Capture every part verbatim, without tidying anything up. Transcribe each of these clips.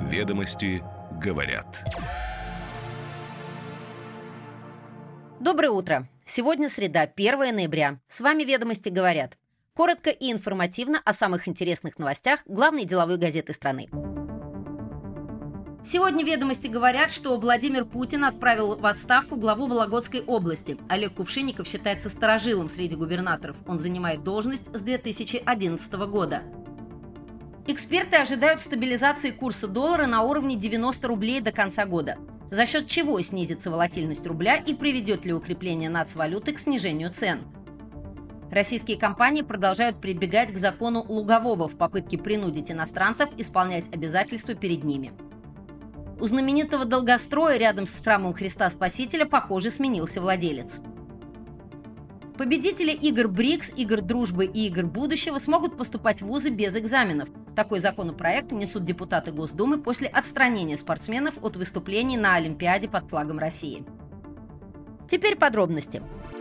Ведомости говорят. Доброе утро! Сегодня среда, первое ноября. С вами «Ведомости говорят». Коротко и информативно о самых интересных новостях главной деловой газеты страны. Сегодня «Ведомости говорят», что Владимир Путин отправил в отставку главу Вологодской области. Олег Кувшинников считается старожилом среди губернаторов. Он занимает должность с две тысячи одиннадцатого года. Эксперты ожидают стабилизации курса доллара на уровне девяносто рублей до конца года. За счет чего снизится волатильность рубля и приведет ли укрепление нацвалюты к снижению цен? Российские компании продолжают прибегать к закону Лугового в попытке принудить иностранцев исполнять обязательства перед ними. У знаменитого долгостроя рядом с храмом Христа Спасителя, похоже, сменился владелец. Победители игр БРИКС, игр дружбы и игр будущего смогут поступать в вузы без экзаменов. Такой законопроект внесут депутаты Госдумы после отстранения спортсменов от выступлений на Олимпиаде под флагом России. Теперь подробности.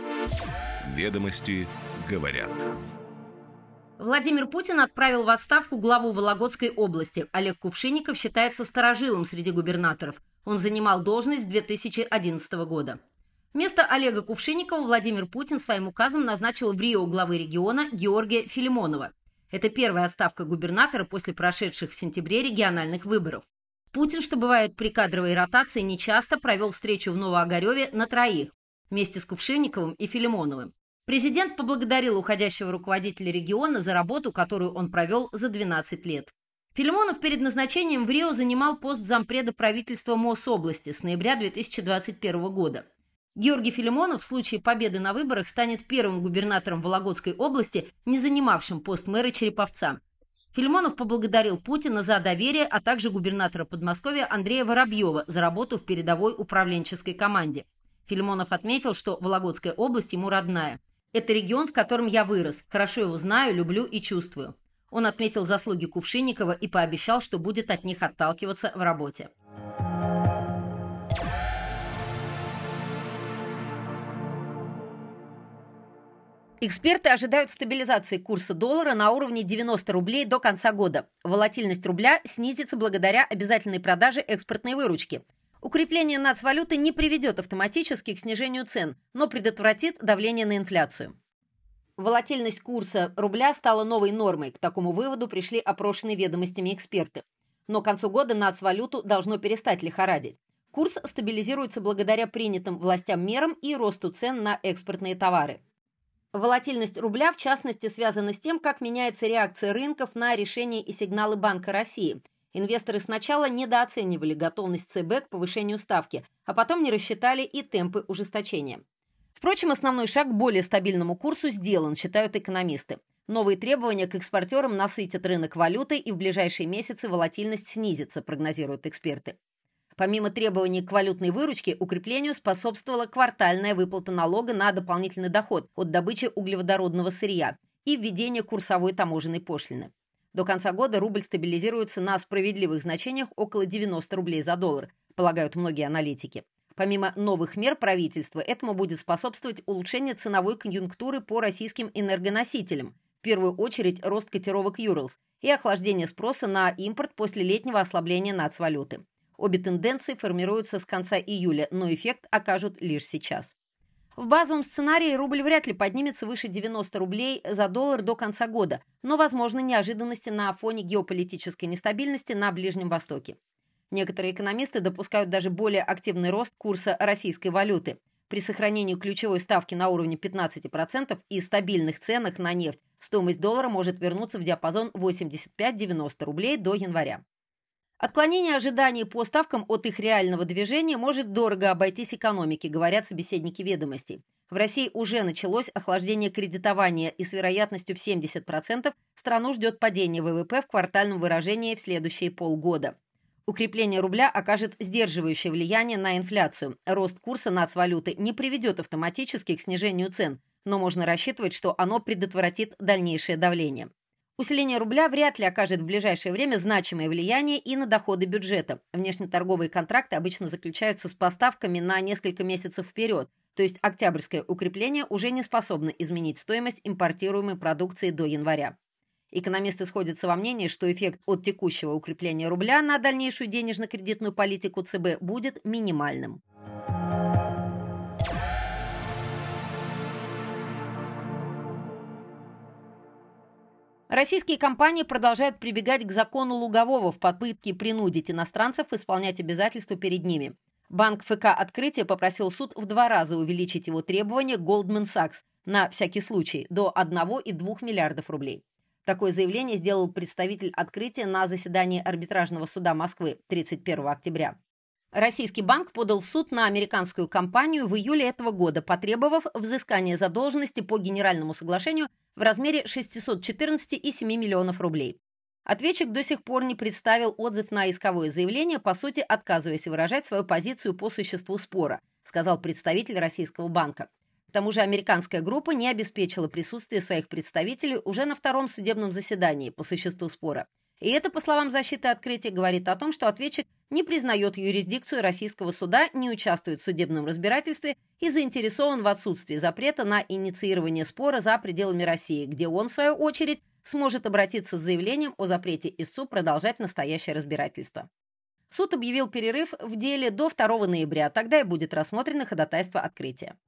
Ведомости говорят. Владимир Путин отправил в отставку главу Вологодской области. Олег Кувшинников считается старожилом среди губернаторов. Он занимал должность с две тысячи одиннадцатого года. Вместо Олега Кувшинникова Владимир Путин своим указом назначил в Рио главы региона Георгия Филимонова. Это первая отставка губернатора после прошедших в сентябре региональных выборов. Путин, что бывает при кадровой ротации, нечасто провел встречу в Новоогареве на троих, вместе с Кувшинниковым и Филимоновым. Президент поблагодарил уходящего руководителя региона за работу, которую он провел за двенадцать лет. Филимонов перед назначением в Рио занимал пост зампреда правительства Мособласти с ноября две тысячи двадцать первого года. Георгий Филимонов в случае победы на выборах станет первым губернатором Вологодской области, не занимавшим пост мэра Череповца. Филимонов поблагодарил Путина за доверие, а также губернатора Подмосковья Андрея Воробьева за работу в передовой управленческой команде. Филимонов отметил, что Вологодская область ему родная. «Это регион, в котором я вырос, хорошо его знаю, люблю и чувствую». Он отметил заслуги Кувшинникова и пообещал, что будет от них отталкиваться в работе. Эксперты ожидают стабилизации курса доллара на уровне девяносто рублей до конца года. Волатильность рубля снизится благодаря обязательной продаже экспортной выручки. Укрепление нацвалюты не приведет автоматически к снижению цен, но предотвратит давление на инфляцию. Волатильность курса рубля стала новой нормой. К такому выводу пришли опрошенные ведомостями эксперты. Но к концу года нацвалюту должно перестать лихорадить. Курс стабилизируется благодаря принятым властям мерам и росту цен на экспортные товары. Волатильность рубля, в частности, связана с тем, как меняется реакция рынков на решения и сигналы Банка России. Инвесторы сначала недооценивали готовность ЦБ к повышению ставки, а потом не рассчитали и темпы ужесточения. Впрочем, основной шаг к более стабильному курсу сделан, считают экономисты. Новые требования к экспортерам насытят рынок валютой, и в ближайшие месяцы волатильность снизится, прогнозируют эксперты. Помимо требований к валютной выручке, укреплению способствовала квартальная выплата налога на дополнительный доход от добычи углеводородного сырья и введение курсовой таможенной пошлины. До конца года рубль стабилизируется на справедливых значениях около девяноста рублей за доллар, полагают многие аналитики. Помимо новых мер правительства, этому будет способствовать улучшение ценовой конъюнктуры по российским энергоносителям, в первую очередь рост котировок Юрлс и охлаждение спроса на импорт после летнего ослабления нацвалюты. Обе тенденции формируются с конца июля, но эффект окажут лишь сейчас. В базовом сценарии рубль вряд ли поднимется выше девяноста рублей за доллар до конца года, но возможны неожиданности на фоне геополитической нестабильности на Ближнем Востоке. Некоторые экономисты допускают даже более активный рост курса российской валюты. При сохранении ключевой ставки на уровне пятнадцати процентов и стабильных ценах на нефть стоимость доллара может вернуться в диапазон восемьдесят пять - девяносто рублей до января. Отклонение ожиданий по ставкам от их реального движения может дорого обойтись экономике, говорят собеседники ведомостей. В России уже началось охлаждение кредитования, и с вероятностью в семьдесят процентов страну ждет падение ВВП в квартальном выражении в следующие полгода. Укрепление рубля окажет сдерживающее влияние на инфляцию. Рост курса нацвалюты не приведет автоматически к снижению цен, но можно рассчитывать, что оно предотвратит дальнейшее давление. Усиление рубля вряд ли окажет в ближайшее время значимое влияние и на доходы бюджета. Внешнеторговые контракты обычно заключаются с поставками на несколько месяцев вперед, то есть октябрьское укрепление уже не способно изменить стоимость импортируемой продукции до января. Экономисты сходятся во мнении, что эффект от текущего укрепления рубля на дальнейшую денежно-кредитную политику ЦБ будет минимальным. Российские компании продолжают прибегать к закону Лугового в попытке принудить иностранцев исполнять обязательства перед ними. Банк ФК «Открытие» попросил суд в два раза увеличить его требования Goldman Sachs на всякий случай до одного и двух миллиардов рублей. Такое заявление сделал представитель «Открытия» на заседании арбитражного суда Москвы тридцать первого октября. Российский банк подал в суд на американскую компанию в июле этого года, потребовав взыскания задолженности по генеральному соглашению в размере шестьсот четырнадцать целых семь десятых миллионов рублей. Ответчик до сих пор не представил отзыв на исковое заявление, по сути отказываясь выражать свою позицию по существу спора, сказал представитель российского банка. К тому же американская группа не обеспечила присутствие своих представителей уже на втором судебном заседании по существу спора. И это, по словам защиты «Открытия», говорит о том, что ответчик не признает юрисдикцию российского суда, не участвует в судебном разбирательстве и заинтересован в отсутствии запрета на инициирование спора за пределами России, где он, в свою очередь, сможет обратиться с заявлением о запрете истцу продолжать настоящее разбирательство. Суд объявил перерыв в деле до второго ноября, тогда и будет рассмотрено ходатайство «Открытия».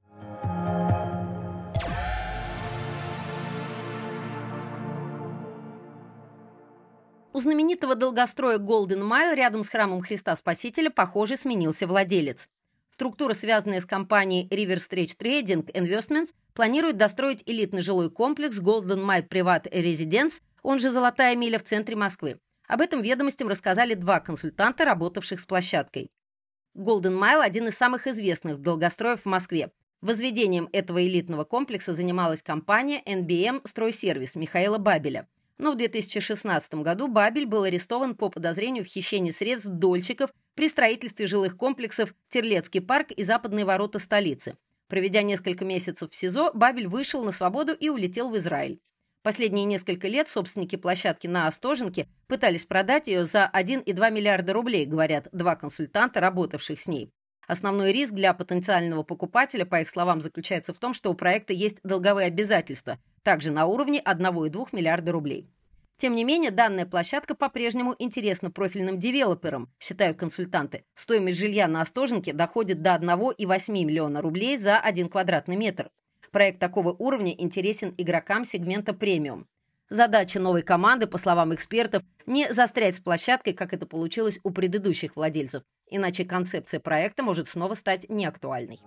У знаменитого долгостроя Golden Mile рядом с храмом Христа Спасителя, похоже, сменился владелец. Структура, связанная с компанией River Stretch Trading Investments, планирует достроить элитный жилой комплекс Golden Mile Private Residence, он же «Золотая миля» в центре Москвы. Об этом ведомостям рассказали два консультанта, работавших с площадкой. Golden Mile – один из самых известных долгостроев в Москве. Возведением этого элитного комплекса занималась компания эн би эм «Стройсервис» Михаила Бабеля. Но в две тысячи шестнадцатом году Бабель был арестован по подозрению в хищении средств дольщиков при строительстве жилых комплексов Терлецкий парк и Западные ворота столицы. Проведя несколько месяцев в СИЗО, Бабель вышел на свободу и улетел в Израиль. Последние несколько лет собственники площадки на Остоженке пытались продать ее за один и два миллиарда рублей, говорят два консультанта, работавших с ней. Основной риск для потенциального покупателя, по их словам, заключается в том, что у проекта есть долговые обязательства, также на уровне одного и двух миллиарда рублей. Тем не менее, данная площадка по-прежнему интересна профильным девелоперам, считают консультанты. Стоимость жилья на Остоженке доходит до одного и восьми миллиона рублей за один квадратный метр. Проект такого уровня интересен игрокам сегмента премиум. Задача новой команды, по словам экспертов, не застрять с площадкой, как это получилось у предыдущих владельцев, иначе концепция проекта может снова стать неактуальной.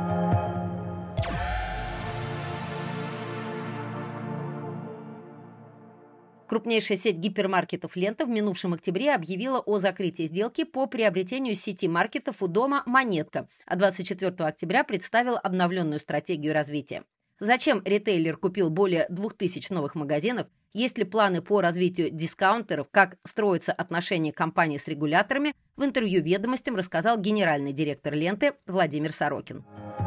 Крупнейшая сеть гипермаркетов «Лента» в минувшем октябре объявила о закрытии сделки по приобретению сети маркетов у дома «Монетка», а двадцать четвёртого октября представила обновленную стратегию развития. Зачем ритейлер купил более двух тысяч новых магазинов? Есть ли планы по развитию дискаунтеров? Как строятся отношения компании с регуляторами? В интервью «Ведомостям» рассказал генеральный директор «Ленты» Владимир Сорокин.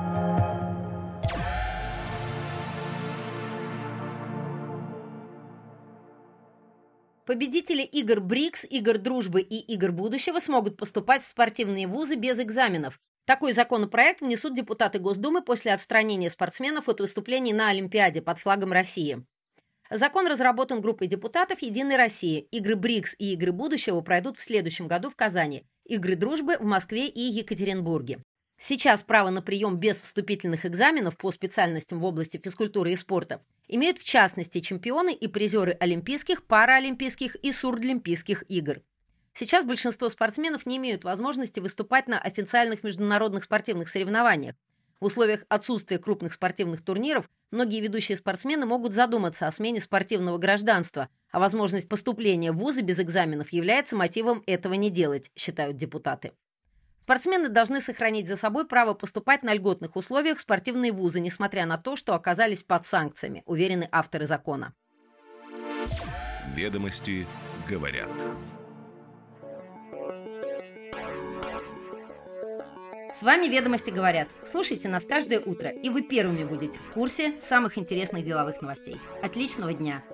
Победители игр БРИКС, игр дружбы и игр будущего смогут поступать в спортивные вузы без экзаменов. Такой законопроект внесут депутаты Госдумы после отстранения спортсменов от выступлений на Олимпиаде под флагом России. Закон разработан группой депутатов «Единой России». Игры БРИКС и игры будущего пройдут в следующем году в Казани, игры дружбы в Москве и Екатеринбурге. Сейчас право на прием без вступительных экзаменов по специальностям в области физкультуры и спорта имеют в частности чемпионы и призеры Олимпийских, Паралимпийских и Сурдлимпийских игр. Сейчас большинство спортсменов не имеют возможности выступать на официальных международных спортивных соревнованиях. В условиях отсутствия крупных спортивных турниров многие ведущие спортсмены могут задуматься о смене спортивного гражданства, а возможность поступления в вузы без экзаменов является мотивом этого не делать, считают депутаты. Спортсмены должны сохранить за собой право поступать на льготных условиях в спортивные вузы, несмотря на то, что оказались под санкциями, уверены авторы закона. Ведомости говорят. С вами «Ведомости говорят». Слушайте нас каждое утро, и вы первыми будете в курсе самых интересных деловых новостей. Отличного дня!